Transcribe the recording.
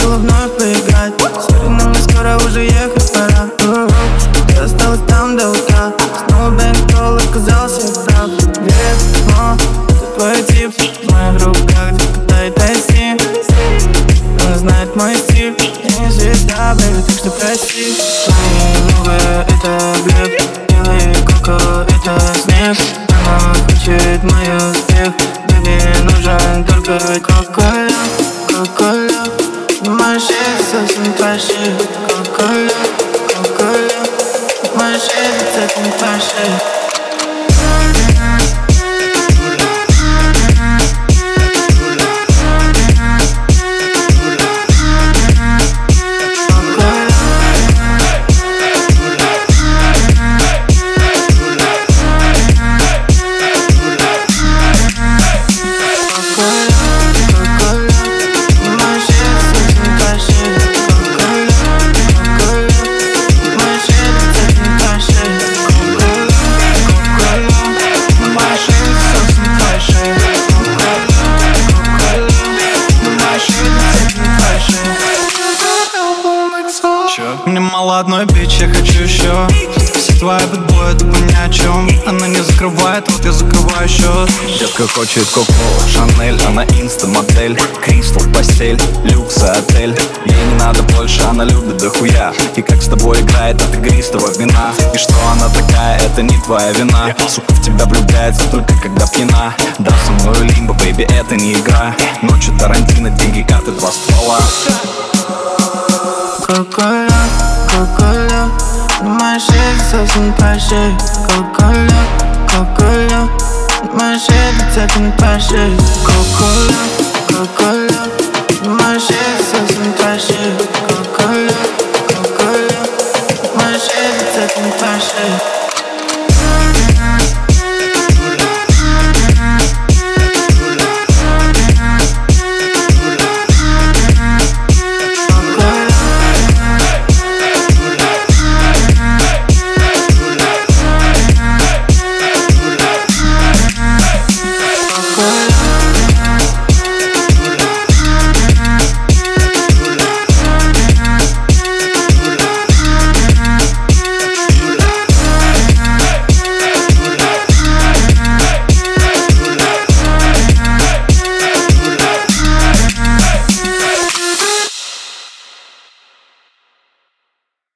было вновь поиграть. Сори, но мне скоро уже ехать пора. Ты осталась там до утра. Снова бэнкролл, оказался прав. Верит, но это твой тип. В моих руках где-то тайси. Она знает мой стиль. Я не звезда, бэйби, так что прости. Твои губы — это блеф. Белый коко — это снег. Она хочет мой успех. Бэйби, нужен только коко-лед, коко-лед. Думаешь, я совсем пошли. Коко-лед, коко-лед. Думаешь, я совсем пошли. Мне мало одной бич, я хочу еще. Все твои бэтбои тупо ни о чем. Она не закрывает, вот я закрываю счет. Детка хочет Коко, Шанель, она инста-модель. Кристал в постель, люкс и отель. Ей не надо больше, она любит дохуя. И как с тобой играет от игристого вина. И что она такая, это не твоя вина. Сука в тебя влюбляется только когда пьяна. Да, со мной лимбо, бэйби, это не игра. Ночью Тарантино, деньги, карты, 2 ствола. Коко-лед, коко-лед. Думаешь, я совсем пошли. Коко-лед, коко-лед. Думаешь, я совсем пошли. Коко-лед.